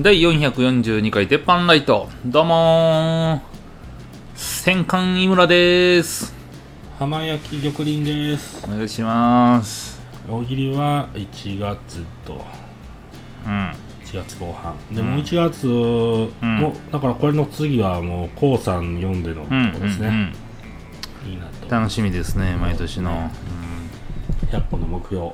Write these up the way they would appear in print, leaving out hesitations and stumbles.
第442回鉄板ライト、どうも戦艦井村です。 浜焼き玉林です。 お願いします。 大喜利は1月と1月後半でも1月も、だからこれの次はもう高3読んでのとこですね、いいなと。 楽しみですね、毎年の、 100個の目標、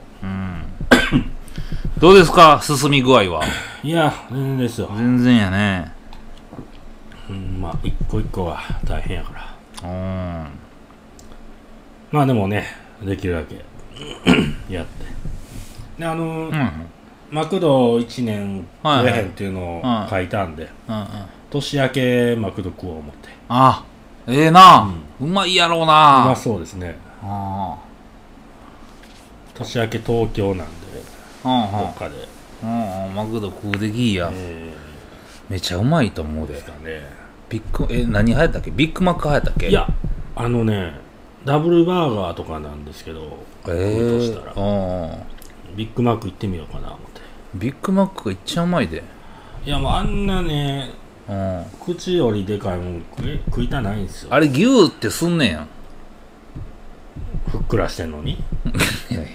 どうですか、進み具合は。 いや全然ですよ。 全然やね。 まあ一個一個は大変やから、まあでもね、できるだけやってで、マクド1年食えへんっていうのを書いたんで、年明けマクド食おう思って。 あ、ええな、うまいやろうな。 うまそうですね。年明け東京なんで、どっかでマクド食うできいや、めちゃうまいと思うで。 ですかね。 ビッグ何流行ったっけ、ビッグマック流行ったっけ。 いやダブルバーガーとかなんですけど、としたらビッグマック行ってみようかな思って。 ビッグマックが一番うまいで。 いやもうあんなね、口よりでかいもん食いたないんですよ。 あれギューってすんねんやん。 ふっくらしてんのにいやいや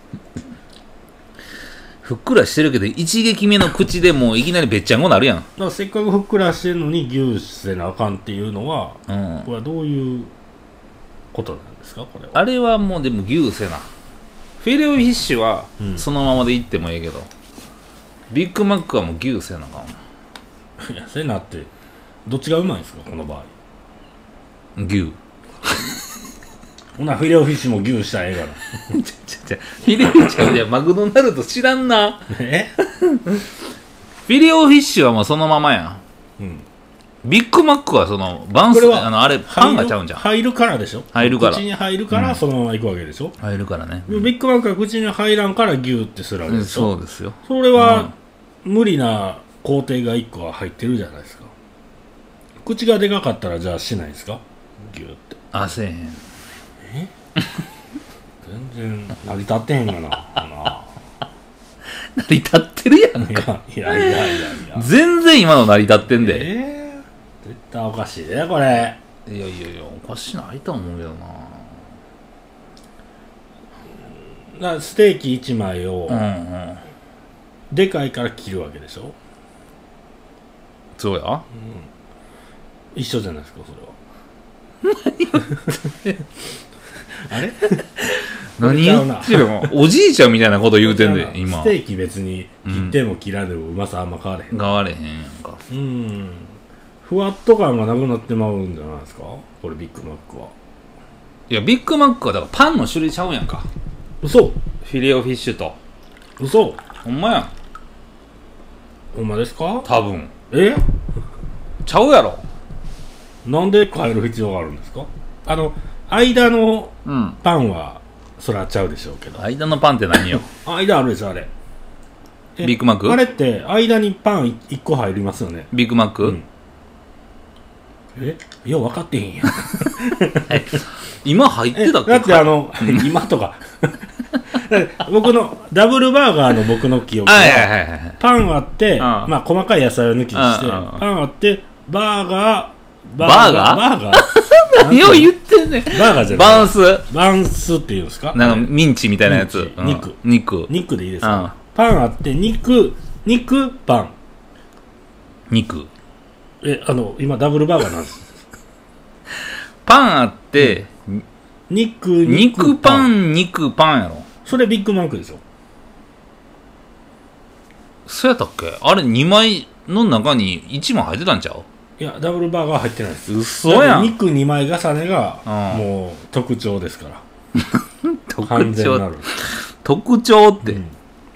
ふっくらしてるけど一撃目の口でもういきなりべっちゃんこなるやん。 だからせっかくふっくらしてんのにギューせなあかんっていうのは、これはどういうことなんですか、これは。 あれはもうでもギューせな。フィレオフィッシュはそのままでいってもええけど、ビッグマックはもうギューせなあかん。 いやせなってどっちがうまいんですかこの場合。 ギューほなフィレオフィッシュもギューしたらええからフィレオフィッシュはマクドナルド知らんな。フィレオフィッシュはもうそのままやん、ビッグマックはそのバンスあれパンがちゃうんじゃん。 入るからでしょ。 入るから口に入るからそのままいくわけでしょ、 入るからね、 ビッグマックは口に入らんからギューってするわけでしょ、 そうですよ。 それは、無理な工程が1個は入ってるじゃないですか。口がでかかったらじゃあしないですかギューって。 せえへん。 全然成り立ってへんがな成り立ってるやんか。 いや全然今の成り立ってんで。 絶対おかしいねこれ。 いやおかしないと思うけどな。 ステーキ1枚を、でかいから切るわけでしょ。 そうや、 一緒じゃないですかそれは。あれ何言ってるの。おじいちゃんみたいなこと言うてんで今。 ステーキ別に切っても切らでもうまさあんま変われへん。 変われへんやんか。 ふわっと感がなくなってまうんじゃないですかこれビッグマックは。 いやビッグマックはだからパンの種類ちゃうやんか。 嘘。 フィレオフィッシュと。 嘘。 ほんまやん。 ほんまですか。 多分ちゃうやろ。 なんで変える必要があるんですか。間のパンはそらちゃうでしょうけど、 間のパンって何よ。 間あるでしょあれ。 ビッグマック。 あれって間にパン1個入りますよね。 ビッグマック、 よう分かってへんやん。 今入ってたっけ。 だって今とか僕のダブルバーガーの僕の記憶はパンあって、まあ細かい野菜を抜きにしてパンあってバーガー何を言ってんねん。 バーガーじゃない。 バンスっていうんですか。 なんかミンチみたいなやつ。 肉でいいですか。パンあって肉パン。 肉。 今ダブルバーガーなんです。 パンあって、 肉パンやろ。 それビッグマックでしょ。 そうやったっけ。あれ2枚の中に1枚入ってたんちゃう。 いやダブルバーガー入ってないです。 嘘やん。 肉2枚重ねがもう特徴ですから特徴って、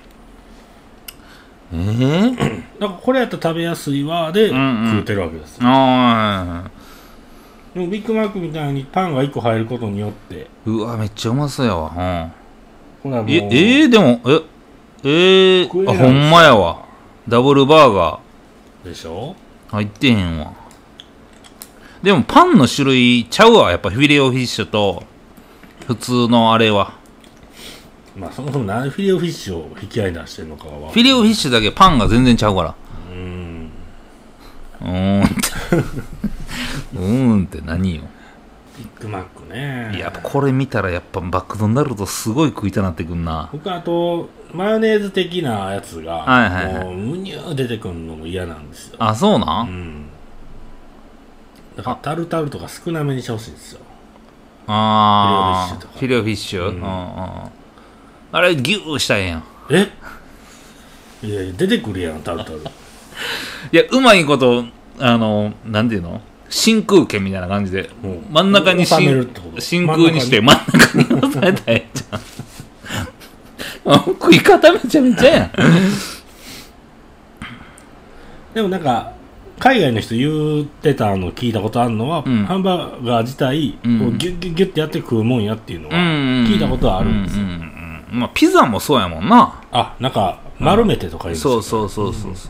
だからこれやったら食べやすいわで食うてるわけです。でもビッグマックみたいにパンが1個入ることによって、 うわめっちゃうまそうやわ。 ほらもうでもほんまやわ。ダブルバーガーでしょ。 入ってへんわ。でもパンの種類ちゃうわ。やっぱフィレオフィッシュと普通のあれは。 まあそもそも何フィレオフィッシュを引き合いに出してるのかは。 フィレオフィッシュだけパンが全然ちゃうから。 って何よ。 ビッグマックね。 やっぱこれ見たらやっぱマクドナルドすごい食いたなってくんな。 僕あとマヨネーズ的なやつが、 はいはいはい、 もうむにゅー出てくるのも嫌なんですよ。 あ、そうなん、 うん、だからタルタルとか少なめにしてほしいんですよ。 ああ、フィレオフィッシュ、うんうん、あれギューしたらええやん。 いや出てくるやんタルタル。 いや、うまいことなんていうの、真空圏みたいな感じで、真ん中に真空にして真ん中に押さえたらええじゃん。食い方めちゃめちゃやん。 でもなんか海外の人言ってたの聞いたことあるのは、ハンバーガー自体こうギュッギュッギュッってやって食うもんやっていうのは聞いたことはあるんですよ。 まあピザもそうやもんな。 あ、なんか丸めてとか言うんですよ、 そう、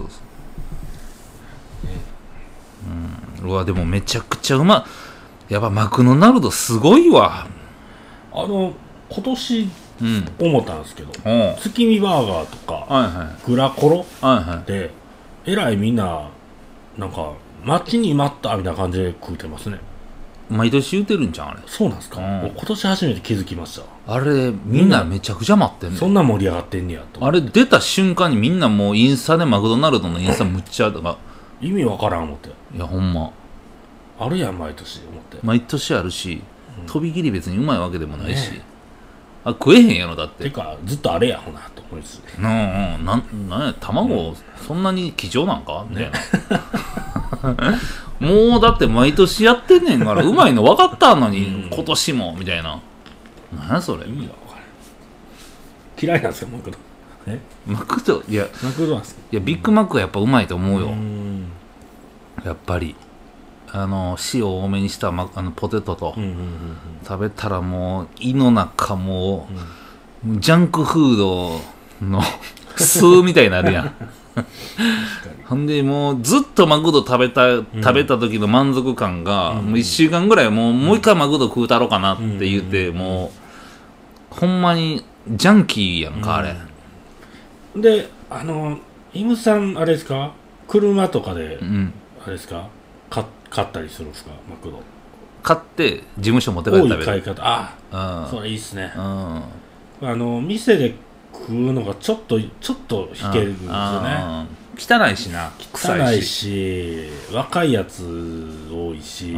うわ、でもめちゃくちゃうまい。やっぱマクドナルドすごいわ。 今年思ったんですけど、月見バーガーとか、グラコロでえらいみんななんか待ちに待ったみたいな感じで食うてますね。 毎年言うてるんじゃんあれ。 そうなんですか、今年初めて気づきました。 あれみんなめちゃくちゃ待ってんねん。 そんな盛り上がってんねやと。 あれ出た瞬間にみんなもうインスタでマクドナルドのインスタむっちゃとか意味わからん思って。 いやほんまあるやん毎年思って。 毎年あるし、とびきり別にうまいわけでもないし、あ、食えへんやろだって。 てかずっとあれやほなと思いつつ、 なんや卵、そんなに貴重なんかみたいな。もうだって毎年やってんねんからうまいの分かったのに、今年もみたいな。なんやそれ。 意味が分からん。嫌いなんですよマクド。 マクド、いやマクドなんですか。 いやビッグマックはやっぱうまいと思うよ。やっぱり塩多めにしたポテトと食べたらもう胃の中もう、ジャンクフードの巣みたいになるやん。ほんでもうずっとマクド食べた時の満足感が、もう1週間ぐらいもう一回マクド食うたろうかなって言って、もうほんまにジャンキーやんか、あれ。 でイムさんあれですか、車とかで、あれですか、買ったりするんですかマクド。 買って事務所持って帰って食べる。 多い買い方。それいいっすね。店で食うのがちょっと引けるんですよね。 汚いしな。 汚いし若いやつ多いし、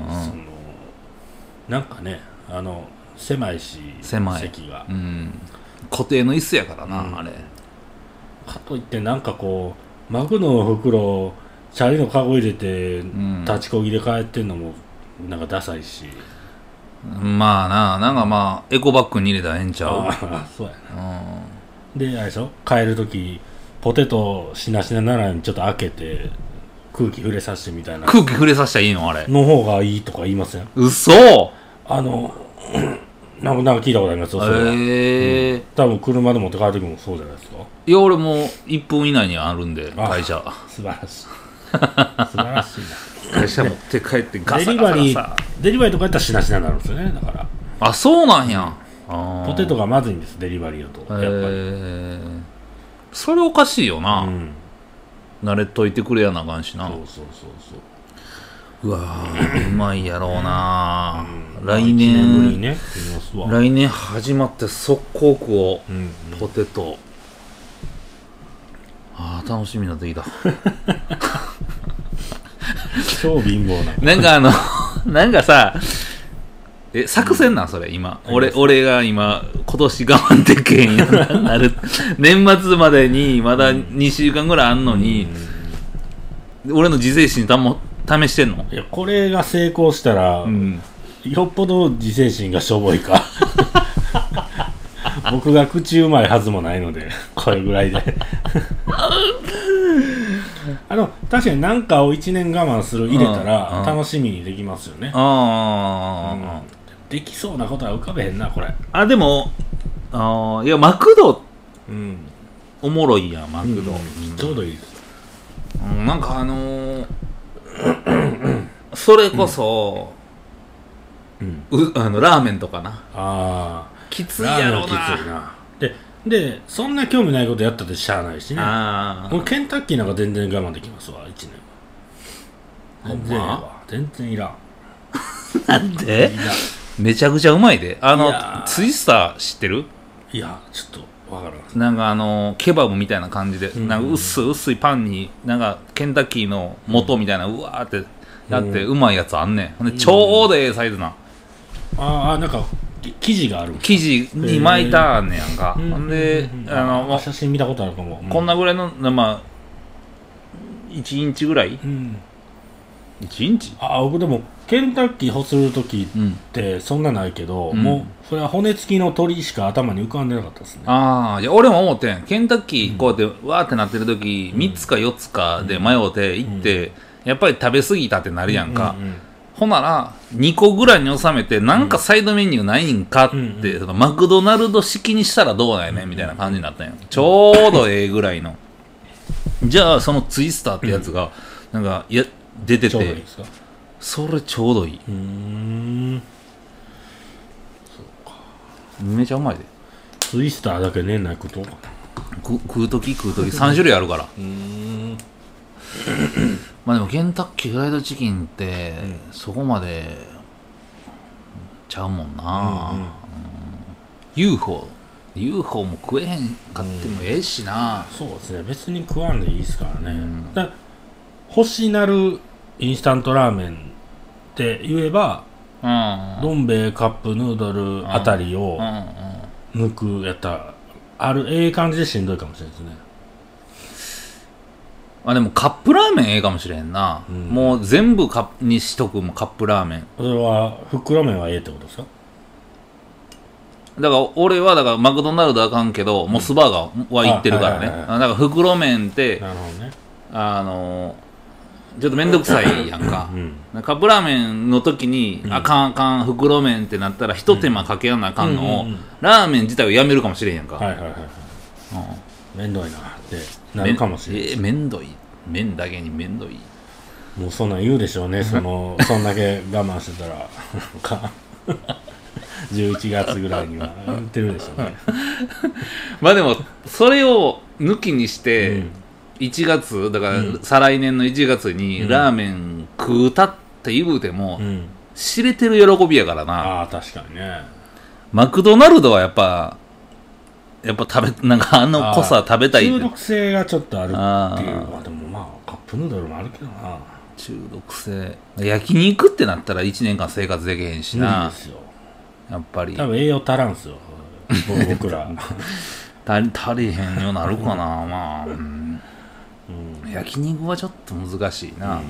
なんかね狭いし、席が、 固定の椅子やからな、あれ。 かといってなんかこうマクドの袋チャリのカゴ入れて、立ちこぎで帰ってんのもなんかダサいし。 まあなんかまあエコバッグに入れたらええんちゃう。 そうやな。であれでしょ、帰るときポテトしなしなならにちょっと開けて空気触れさせてみたいな。 空気触れさせたらいいのあれの方がいいとか言いません？ 嘘。 なんか聞いたことありますよ。多分車で持って帰るときもそうじゃないですか。 いや俺もう1分以内にあるんで会社。 素晴らしい。素晴らしいな。 会社持って帰ってガサガサガサ。 デリバリーとかやったらしなしなになるんですよね。だからあ、そうなんや。 ポテトがまずいんです、デリバリーだと。やっぱりそれおかしいよな、慣れといてくれやなあかんしな。 そううわーうまいやろうな、来年始まって速攻食おう、ポテト。楽しみになってきた。 超貧乏な。なんかさ、作戦なんそれ今、俺が今年我慢できへんやなる年末までにまだ2週間ぐらいあんのに、俺の自制心試してんの？ いや、これが成功したら、よっぽど自制心がしょぼいか。僕が口うまいはずもないので、これぐらいで。確かに何かを1年我慢する入れたら楽しみにできますよね。できそうなことは浮かべへんなこれ。 でもいやマクド、おもろいやんマクド、 ちょうどいいです。 なんかそれこそ、ラーメンとかな。きついやろうな。 でそんな興味ないことやったってしゃあないしね。ケンタッキーなんか全然我慢できますわ1年。 全然いらん。 なんで？めちゃくちゃうまいで。ツイスター知ってる？ いや、ちょっとわからん。 なんかケバブみたいな感じで、なんか薄いパンになんかケンタッキーの素みたいなうわーってやってうまいやつあんねん。ちょうどええサイズな。 なんか生地がある。 生地に巻いたあんねやんか。で、 写真見たことあるかも。 こんなぐらいのまあ1インチぐらい。1インチ？ 僕でもケンタッキーほする時ってそんなないけど、もうそれは骨付きの鳥しか頭に浮かんでなかったですね。 いや俺も思ってん。ケンタッキーこうやってわーってなってる時、3つか4つかで迷うて行って、やっぱり食べ過ぎたってなるやんか。ほなら2個ぐらいに収めてなんかサイドメニューないんかって、そのマクドナルド式にしたらどうなんやねんみたいな感じになったんや。ちょうどええぐらいの。じゃあそのツイスターってやつがなんか出てて、それちょうどいい。そうか。めちゃうまいで。 ツイスターだけ年内食うとかな。 食う時3種類あるから。まあでもケンタッキーフライドチキンってそこまでちゃうもんな。UFO も食えへんかってもええしな。 そうですね、別に食わんでいいですからね。星なるインスタントラーメンって言えば、どん兵衛カップヌードルあたりを抜くやったらええ感じでしんどいかもしれないですね。 でもカップラーメンええかもしれんな。もう全部にしとくもカップラーメン。 それは袋麺はええってことですか？ だから俺はマクドナルドはあかんけどモスバーガーは行ってるからね。だから袋麺ってなるほどね。 ちょっとめんどくさいやんか。カップラーメンの時にあかん袋麺ってなったら一手間かけやなあかんのをラーメン自体をやめるかもしれんやんか。 めんどいなってなるかもしれない。 めんどい。麺だけにめんどい。 もうそんなん言うでしょうね。そんだけ我慢してたら11月ぐらいには言ってるでしょうね。 まあでもそれを抜きにして、1月だから再来年の1月にラーメン食うたって言うても、知れてる喜びやからな。 確かにね。 マクドナルドはやっぱなんか濃さ食べたい。 中毒性がちょっとあるっていうのはでもカップヌードルもあるけどな。 中毒性。焼肉ってなったら1年間生活できへんしな。 無理ですよ。 やっぱり多分栄養足らんすよ僕ら足りへんようなるかな。焼肉はちょっと難しいな。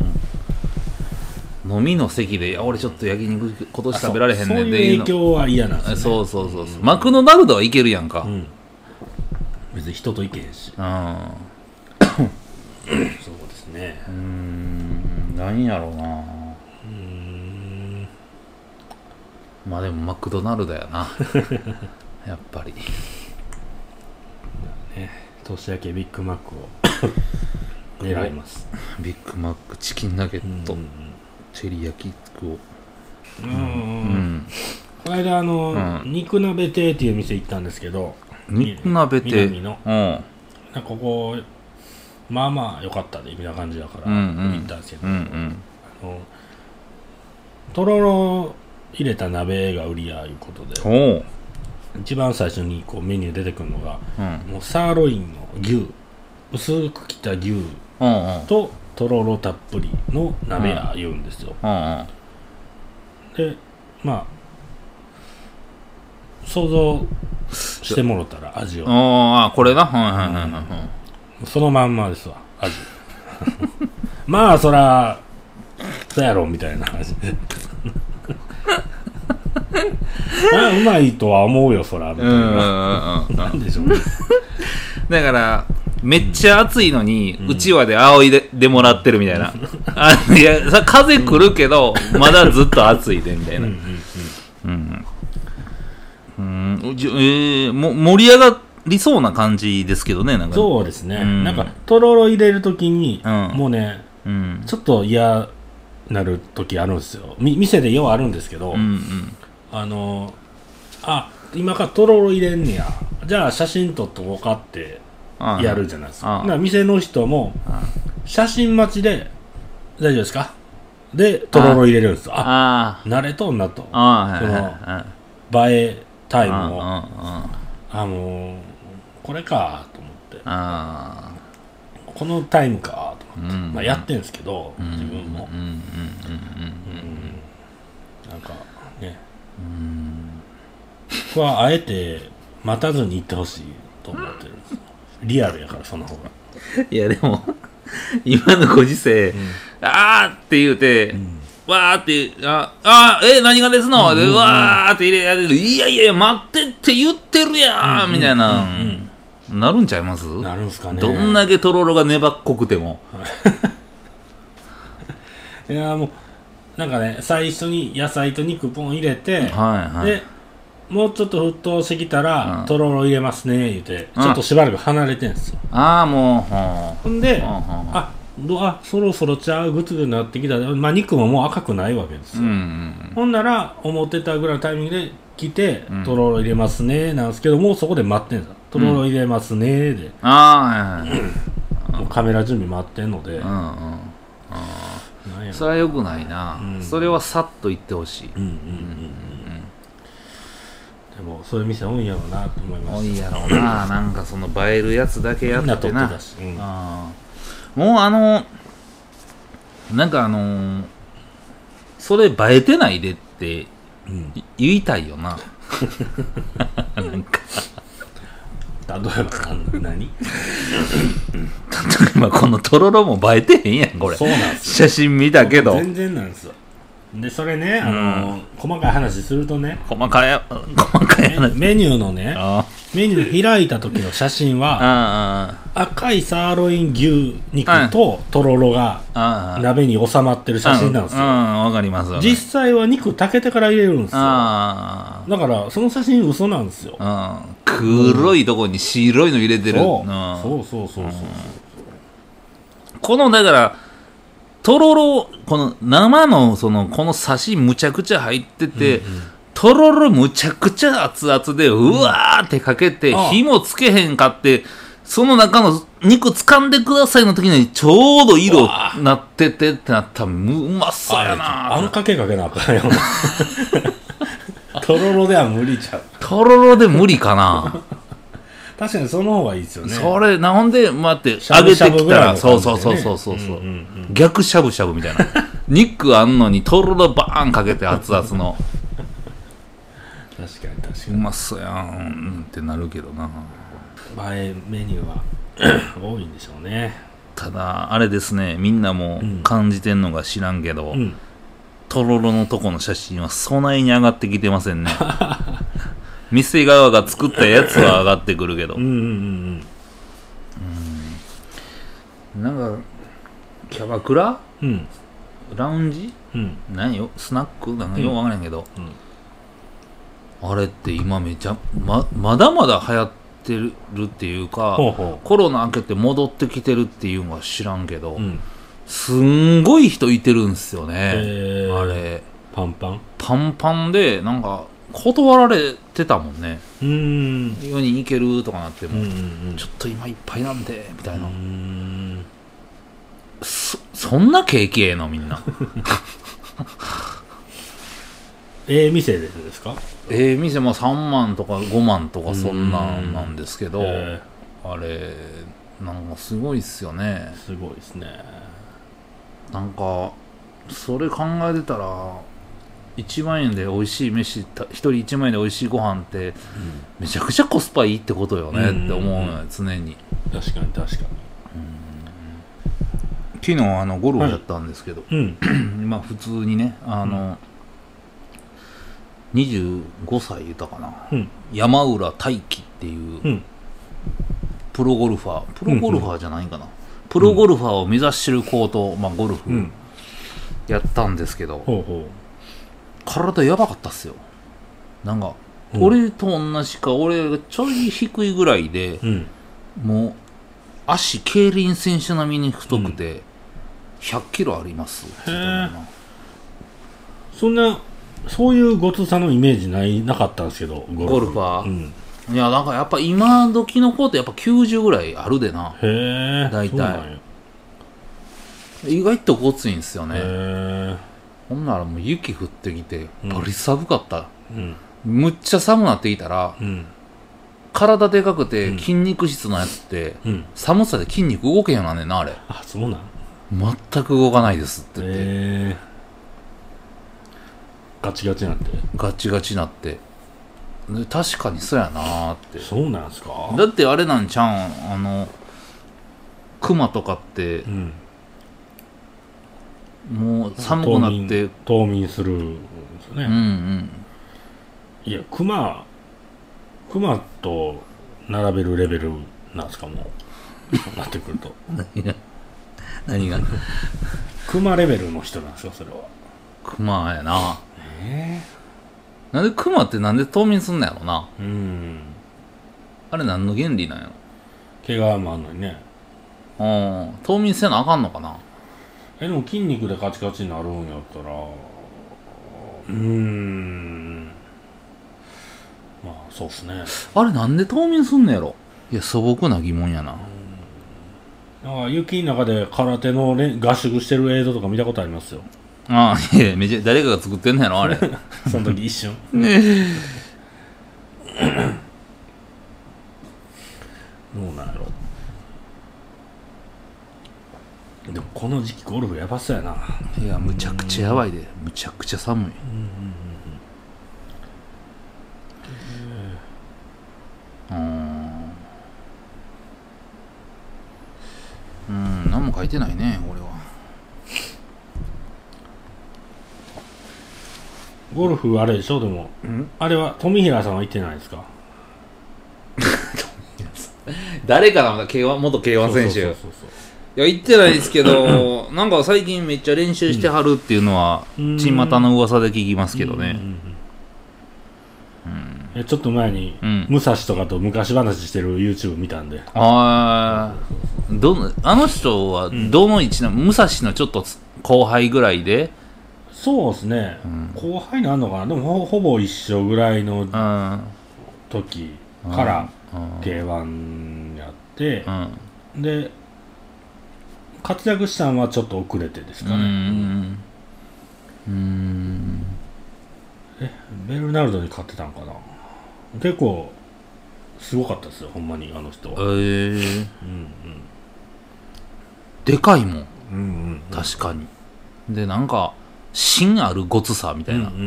飲みの席で俺ちょっと焼肉今年食べられへんねんで、 そういう影響は嫌なんですね。 そうマクドナルドはいけるやんか。 別に人と行けへんし。そうですね。 何やろうな。まあでもマクドナルドやなやっぱり年明けビッグマックを狙います。 ビッグマックチキンナゲット、チェリヤキをこの間肉鍋亭っていう店行ったんですけど、 肉鍋亭南のなんかここまあまあ良かったでみたいな感じだから行ったんですけど、とろろ入れた鍋が売りやいうことで、一番最初にこうメニュー出てくるのが、もうサーロインの牛薄く切った牛ととろろたっぷりの鍋や言うんですよ。でまあ想像してもろたら味をこれなそのまんまですわ味まあそらそうやろみたいな味でうまいとは思うよそらみたいななんでしょうねだからめっちゃ暑いのにうちわで仰いでもらってるみたいな、いや風来るけどまだずっと暑いでみたいな盛り上がりそうな感じですけどね。なんかそうですね、なんかとろろ入れるときに、もうね、ちょっと嫌なる時あるんですよ。店でようあるんですけど、今からとろろ入れんねや、じゃあ写真撮っとこうかってやるじゃないですか。だから店の人も写真待ちで大丈夫ですかでとろろ入れるんですよ。慣れとんなと。その映えタイムをこれかと思ってこのタイムかと思って、まあ、やってんですけど、自分もなんかねここはあえて待たずに行ってほしいと思ってるんです。リアルやからその方が。 いやでも今のご時世、あーって言うて、わーって何がですの、でわーって入れられる、いやいや待ってって言ってるやんみたいな、なるんちゃいます？ なるんすかね。 どんだけとろろが粘っこくてもいやもうなんかね、最初に野菜と肉ポン入れて、でもうちょっと沸騰してきたら、とろろ入れますね言うて、ちょっとしばらく離れてんすよ。 もうほんで、そろそろちゃうグツグツなってきた。まあ肉ももう赤くないわけですよ。ほんなら思ってたぐらいのタイミングで来て、とろろ入れますねなんですけど、もうそこで待ってんすよ。とろろ入れますねで、もうカメラ準備待ってんので、 それはよくないな、それはさっと言ってほしい。 でもそういう店多いんやろうなと思います。 多いやろうななんかその映えるやつだけやってな、もうなんかそれ映えてないでって言いたいよな、なんか例えば何例えばこのとろろも映えてへんやんこれ。 そうなんすよ。写真見たけど全然なんですよ。でそれね、細かい話するとね、 細かい話、 メニューのね、メニュー開いた時の写真は赤いサーロイン牛肉ととろろが鍋に収まってる写真なんですよ。 わかります。 実際は肉炊けてから入れるんですよ。だからその写真嘘なんですよ。 黒いとこに白いの入れてる。そうこのだからとろろ、この生のこのサシむちゃくちゃ入ってて、とろろむちゃくちゃ熱々でうわーってかけて、火もつけへんかって、その中の肉掴んでくださいの時にちょうど色なっててってなったらうまそうやな。 あんかけかけなあかんよとろろでは無理ちゃう。 とろろで無理かな確かにその方がいいですよね。 それなんで待って揚げてきたら、そう逆しゃぶしゃぶみたいな肉あんのにとろろバーンかけて熱々の確かにうまそうやんってなるけどな。 映えメニューは多いんでしょうね。 ただあれですね、みんなも感じてんのか知らんけど、とろろのとこの写真はそないに上がってきてませんね店側が作ったやつは上がってくるけど、なんかキャバクラ、ラウンジ、何よスナックなんかよくわからんけど、あれって今めちゃまだまだ流行ってるっていうか、コロナ明けて戻ってきてるっていうのは知らんけど、すんごい人いてるんすよね。あれパンパンでなんか断られてたもんね。世に行けるとかなっても、ちょっと今いっぱいなんでみたいな。そんな景気ええのみんな店でですか？ 店も3万とか5万とかそんなんですけど、あれなんかすごいっすよね。 すごいですね。 なんかそれ考えてたら1万円で美味しい飯、1人1万円で美味しいご飯って、めちゃくちゃコスパいいってことよねって思うのよ、常に。 確かに昨日ゴルフやったんですけど、まあ普通にね25歳言ったかな、山浦大輝っていうプロゴルファーじゃないかな、プロゴルファーを目指してる子と、ゴルフやったんですけど、体やばかったっすよ。なんか、俺と同じか俺がちょい低いぐらいで、もう足競輪選手並みに太くて、100キロありますって言ったのかな。 そういうごつさのイメージなかったんですけど、 ゴルファー、いやなんかやっぱ今時の子ってやっぱ90ぐらいあるでな。 へえ。 大体意外とごついんですよね。ほんならもう雪降ってきてバリ寒かった、むっちゃ寒なってきたら、体でかくて筋肉質のやつって、寒さで筋肉動けへんようなんねんなあれ。 あ、そうなん。 全く動かないですって言って、 ガチガチになって、 ガチガチになって、で確かにそうやなーって。 そうなんすか。 だってあれなんちゃうん、クマとかって、もう寒くなって冬眠するんですよね。いや、クマと並べるレベルなんですか、もうなってくると。 何がクマレベルの人なんですか、それは。 クマやな。なんでクマってなんで冬眠すんのやろな。あれ何の原理なんやろ。 毛がもあんのにね。 冬眠せなあかんのかな。 でも筋肉でカチカチになるんやったら、まあそうっすね。 あれなんで冬眠すんのやろ。いや素朴な疑問やな。 雪の中で空手の、合宿してる映像とか見たことありますよ。 ああ、いやめちゃ誰かが作ってんのやろあれ。 その時一瞬。どうなんやろ。でもこの時期ゴルフやばそうやな。 いやむちゃくちゃやばいで、むちゃくちゃ寒い。何も書いてないね俺は。 ゴルフあれでしょ。でもあれは富平さんは行ってないですか。 誰かな、元 K1 選手。いや行ってないですけどなんか最近めっちゃ練習してはるっていうのは巷の噂で聞きますけどね。 ちょっと前に、武蔵とかと昔話してる YouTube 見たんで。 あの人はどの位置なの。武蔵のちょっと後輩ぐらいで。 そうですね、後輩なんのかな。でもほぼ一緒ぐらいの時から K1 やって、で活躍したのはちょっと遅れてですかね。ベルナルドに勝ってたんかな。結構すごかったですよほんまにあの人は。 でかいもん、確かに。でなんか芯あるごつさみたいな、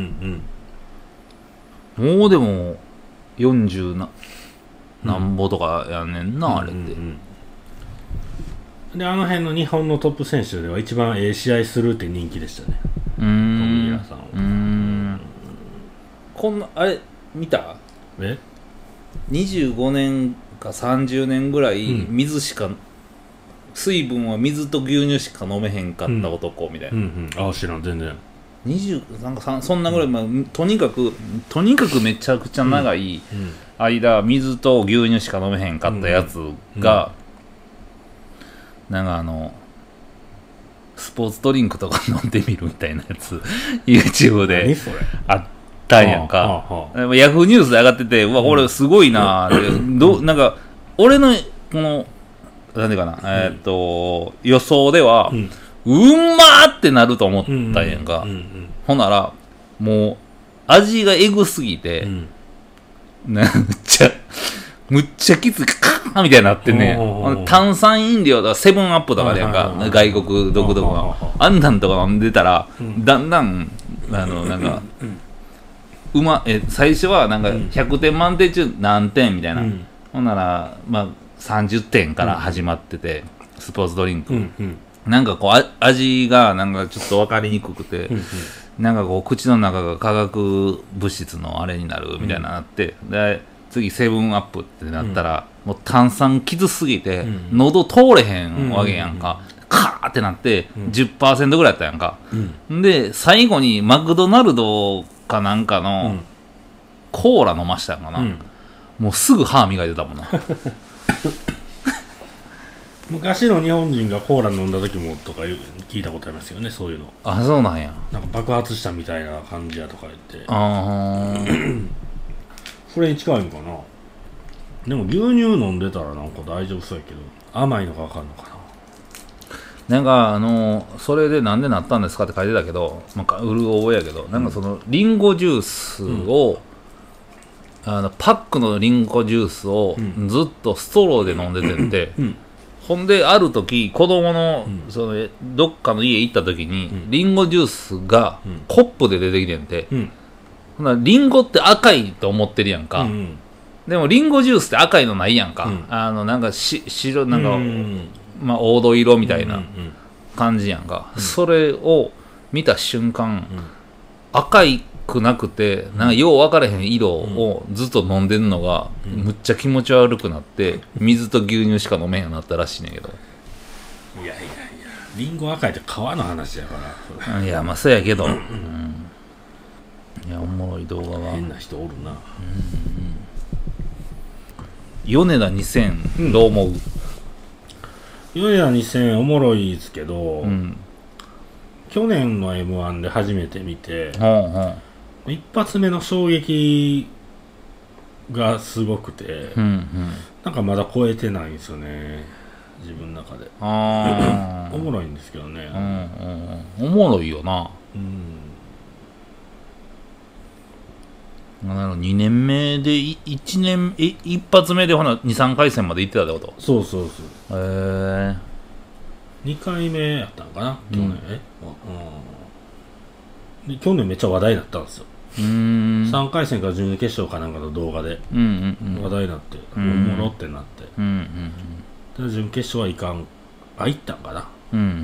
もうでも40なんぼとかやねんな、あれって。 であの辺の日本のトップ選手では一番試合するって人気でしたね。富平さんは。 こんなあれ見た？25年か30年ぐらい水しか、水分は水と牛乳しか飲めへんかった男みたいな。 ああ知らん全然。 なんかそんなぐらい、とにかくめちゃくちゃ長い間水と牛乳しか飲めへんかったやつが、なんかスポーツドリンクとか飲んでみるみたいなやつYouTube であったんやんか。ヤフーニュースで上がってて、うわこれすごいなーなんか俺のこのなんでかな、予想では、うんまーってなると思ったんやんか。ほんならもう味がエグすぎて、むっちゃきついカーみたいになってね。炭酸飲料とかセブンアップとかでやんか、外国独特のあんなんとか飲んでたら、だんだんなんか最初はなんか100点満点中何点みたいな、ほんならまあ30点から始まってて、スポーツドリンク、なんかこう味がなんかちょっと分かりにくくて、なんかこう口の中が化学物質のあれになるみたいななって、で次セブンアップってなったら、もう炭酸きつすぎて、喉通れへんわけやんか、カーってなって、10% ぐらいやったやんか、で最後にマクドナルドかなんかのコーラ飲ましたんかな、もうすぐ歯磨いてたもんな。 昔の日本人がコーラ飲んだ時もとか聞いたことありますよね、そういうの。 あ、そうなんや。 なんか爆発したみたいな感じやとか言って。それに近いんかな。でも牛乳飲んでたらなんか大丈夫そうやけど、甘いのか分かんのかな。 なんかそれでなんでなったんですかって書いてたけど、まあ、うる覚えやけど、なんかそのリンゴジュースを、パックのリンゴジュースをずっとストローで飲んでてって、ほんである時子供の、そのどっかの家行った時に、リンゴジュースがコップで出てきてんて、ほなリンゴって赤いと思ってるやんか、でもリンゴジュースって赤いのないやんか、なんか白なんか、まあ、黄土色みたいな感じやんか、それを見た瞬間、赤いくなくてなんかよう分からへん色をずっと飲んでんのが、むっちゃ気持ち悪くなって水と牛乳しか飲めんようになったらしいねんけど。 いやリンゴ赤いって皮の話やから。 いやまあそうやけど、いやおもろい動画は変な人おるな。 米田2000どう思う？ 米田2000おもろいですけど、去年の M1 で初めて見て、一発目の衝撃がすごくて、なんかまだ超えてないんですよね、自分の中で。おもろいんですけどね。 おもろいよな。2年目で1年一発目でほな 2,3 回戦まで行ってたってこと？ そうそうそう。 2 回目やったんかな去年。で去年めっちゃ話題になったんですよ。3回戦から準々決勝かなんかの動画で話題になって、おもろってなって、で準決勝はいかん、行ったんかな。す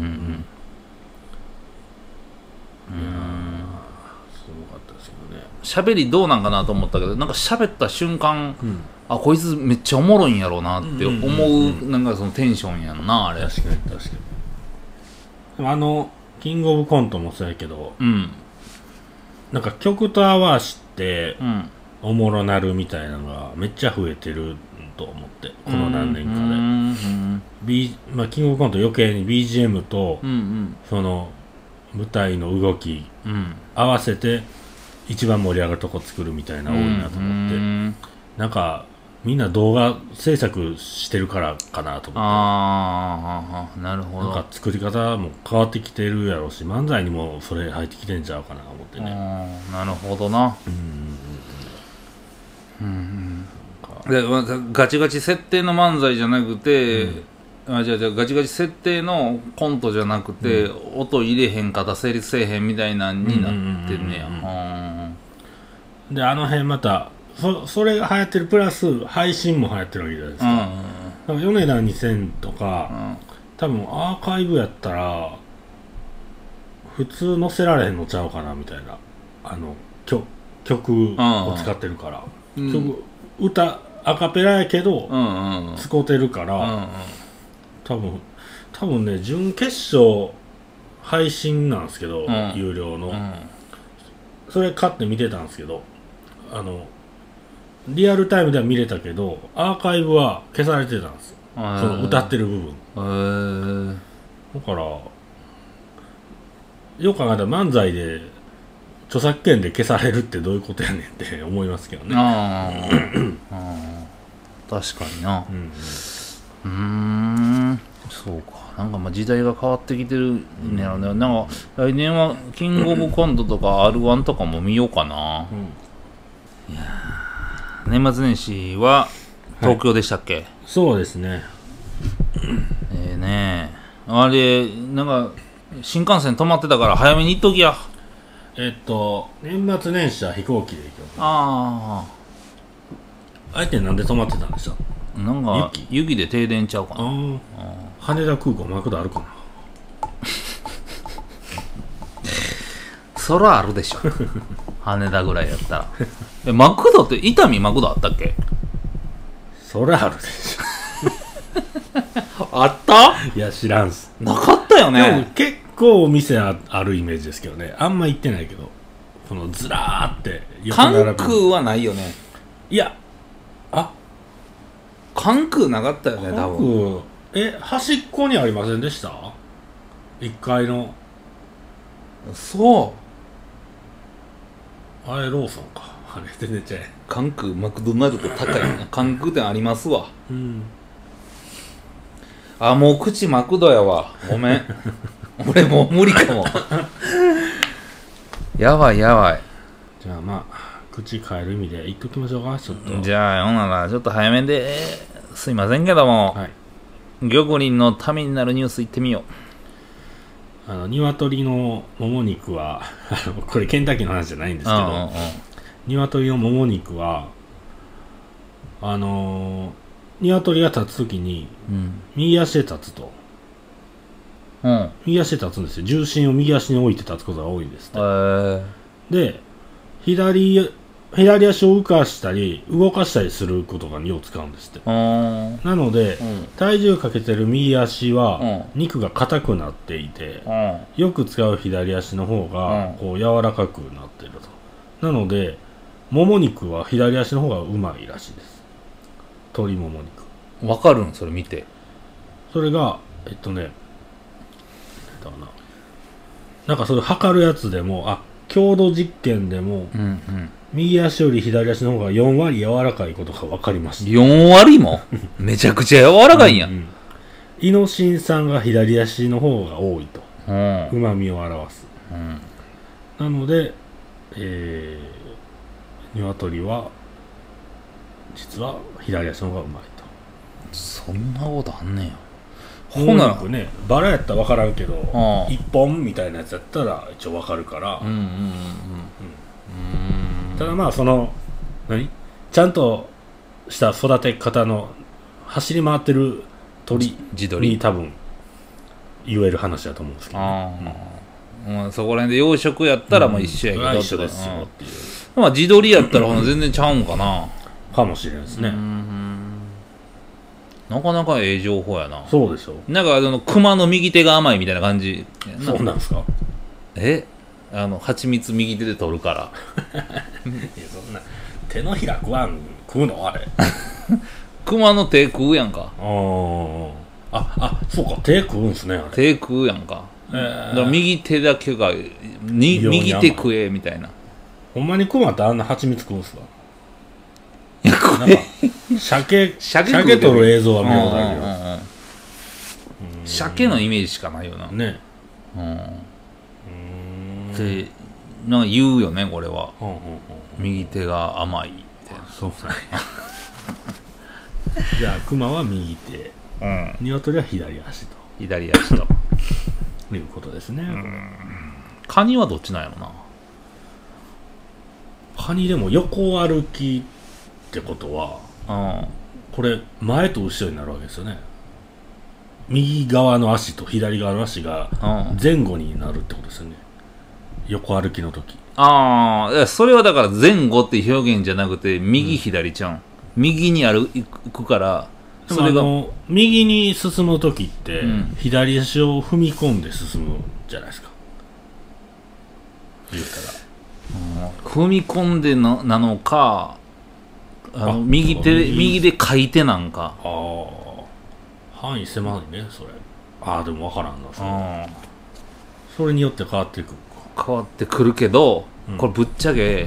ごかったですけどね。 喋りどうなんかなと思ったけど、なんか喋った瞬間、あこいつめっちゃおもろいんやろうなって思う、なんかそのテンションやんなあれ。 確かに確かに。でもキングオブコントもそうやけど、なんか曲と合わせておもろなるみたいなのがめっちゃ増えてると思って、この何年かで。まあ、キングオブコント余計に BGM と、その舞台の動き、合わせて一番盛り上がるとこ作るみたいな多いなと思って、なんかみんな動画制作してるからかなと思って。 なるほど。 なんか作り方も変わってきてるやろうし、漫才にもそれ入ってきてんちゃうかなと思ってね。 なるほどな。でガチガチ設定の漫才じゃなくて、じゃあガチガチ設定のコントじゃなくて、音入れへんかった成立せえへんみたいなんになってんねや。 であの辺またそれが流行ってるプラス配信も流行ってるわけじゃないですか。だから米田2000とか、多分アーカイブやったら普通載せられへんのちゃうかなみたいな、曲を使ってるから、歌アカペラやけど使うてるから、多分ね準決勝配信なんですけど、有料の、それ買って見てたんですけど、リアルタイムでは見れたけどアーカイブは消されてたんですよ、その歌ってる部分。だからよく考えたら漫才で著作権で消されるってどういうことやねんって思いますけどね。 確かにな。そうか。なんかまあ時代が変わってきてるんやろね。なんか来年はキングオブコントとか R1 とかも見ようかな。いや年末年始は東京でしたっけ？ そうですね。 あれなんか新幹線止まってたから早めに行っときや。 年末年始は飛行機で行く。相手なんで止まってたんでしょ？ なんか雪で停電ちゃうかな。 羽田空港マクドあるかな。 そらあるでしょ。羽田ぐらいやったら。マクドって伊丹マクドあったっけ？ そらあるでしょ。あった？ いや知らんす。 なかったよね。 でも結構お店あるイメージですけどね。あんま行ってないけど、このずらーって横並び。関空はないよね。 いや関空なかったよね多分。 端っこにありませんでした？ 1 階の。あれローソンか。あれ全然ちゃう。 関空マクドナルド高いな。関空店ありますわ。 あ、もう口マクドやわ。ごめん。俺もう無理かも。やばいやばい。 じゃあまあ口変える意味で言っときましょうか。ちょっとじゃあほんならちょっと早めで、すいませんけども、はい、玉林のためになるニュースいってみよう。鶏のもも肉はこれケンタッキーの話じゃないんですけど、鶏のもも肉は鶏が立つときに、右足で立つと、右足で立つんですよ。重心を右足に置いて立つことが多いですって。で、左足を浮かしたり動かしたりすることがよう使うんですって。なので、体重かけてる右足は、肉が硬くなっていて、よく使う左足の方がこう柔らかくなっていると。なのでもも肉は左足の方がうまいらしいです。鶏もも肉。 わかるんそれ見て。 それがなんかそれ測るやつでも、強度実験でも、右足より左足の方が4割柔らかいことが分かりました。 4割もめちゃくちゃ柔らかいんや。 イノシン酸が左足の方が多いと、うまみを表す、なので、鶏は実は左足の方がうまいと。 そんなことあんねや。 ほなね、バラやったら分からんけど、一本みたいなやつやったら一応分かるから。ただまあちゃんとした育て方の走り回ってる鳥に多分言える話だと思うんですけど、 そこら辺で養殖やったらもう一緒やけど、 一緒ですよっていう。 まあ地鶏やったら全然ちゃうんかな。 かもしれないですね。 なかなかええ情報やな。 そうでしょ。 なんか熊の右手が甘いみたいな感じ。 そうなんですか。 蜂蜜右手で取るから。 いやそんな手のひら食うのあれ。 熊の手食うやんか。 そうか、手食うんすねあれ。 手食うやんか。だから右手だけが右手食えみたいな。 ほんまに熊ってあんな蜂蜜食うんすか。なんか鮭取る映像は見たことあるよ。 鮭のイメージしかないよな。 ね。 ってなんか言うよねこれは。右手が甘いみたいな。 そうなんや。じゃあ熊は右手、鶏は左足と。 左足ということですね。 カニはどっちなんやろな。 カニでも横歩きってことは、これ前と後ろになるわけですよね。右側の足と左側の足が前後になるってことですよね。横歩きの時。 それはだから前後って表現じゃなくて右左ちゃん、右に行くから。 それが右に進む時って、左足を踏み込んで進むじゃないですか。言うたら、 踏み込んでなのか、右で書いてなんか。 範囲狭いねそれ。でも分からんなそれによって変わってくるけど、これぶっちゃけ、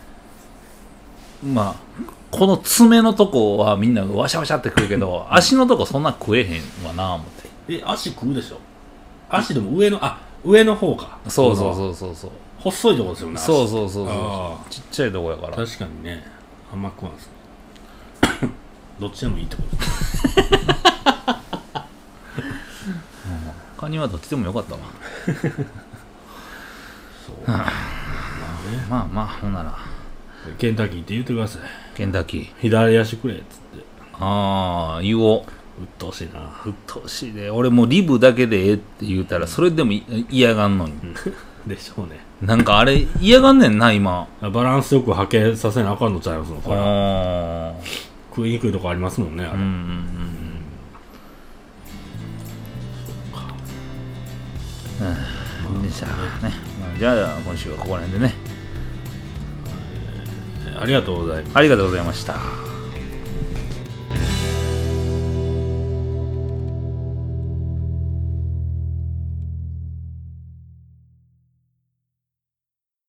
まあこの爪のとこはみんなワシャワシャってくるけど、足のとこそんな食えへんわな思って。 足食うでしょ。足でも上の方か。 そう細いとこですよね。 そうちっちゃいとこやから。 確かにね、あんま食わんすね。どっちでもいいってことですね。 カニはどっちでもよかったわ。まあほんならケンタッキーって言ってください。 ケンタッキー左足くれっつって。 言おう。 うっとうしいな。 うっとうしいで。俺もうリブだけでええって言うたらそれでも嫌がんのに。 でしょうね。 なんかあれ嫌がんねんな今。 バランスよくはけさせなあかんのちゃいますのかな。食いにくいとこありますもんねあれ。 じゃあ今週はここら辺でね。 ありがとうございます。 ありがとうございました。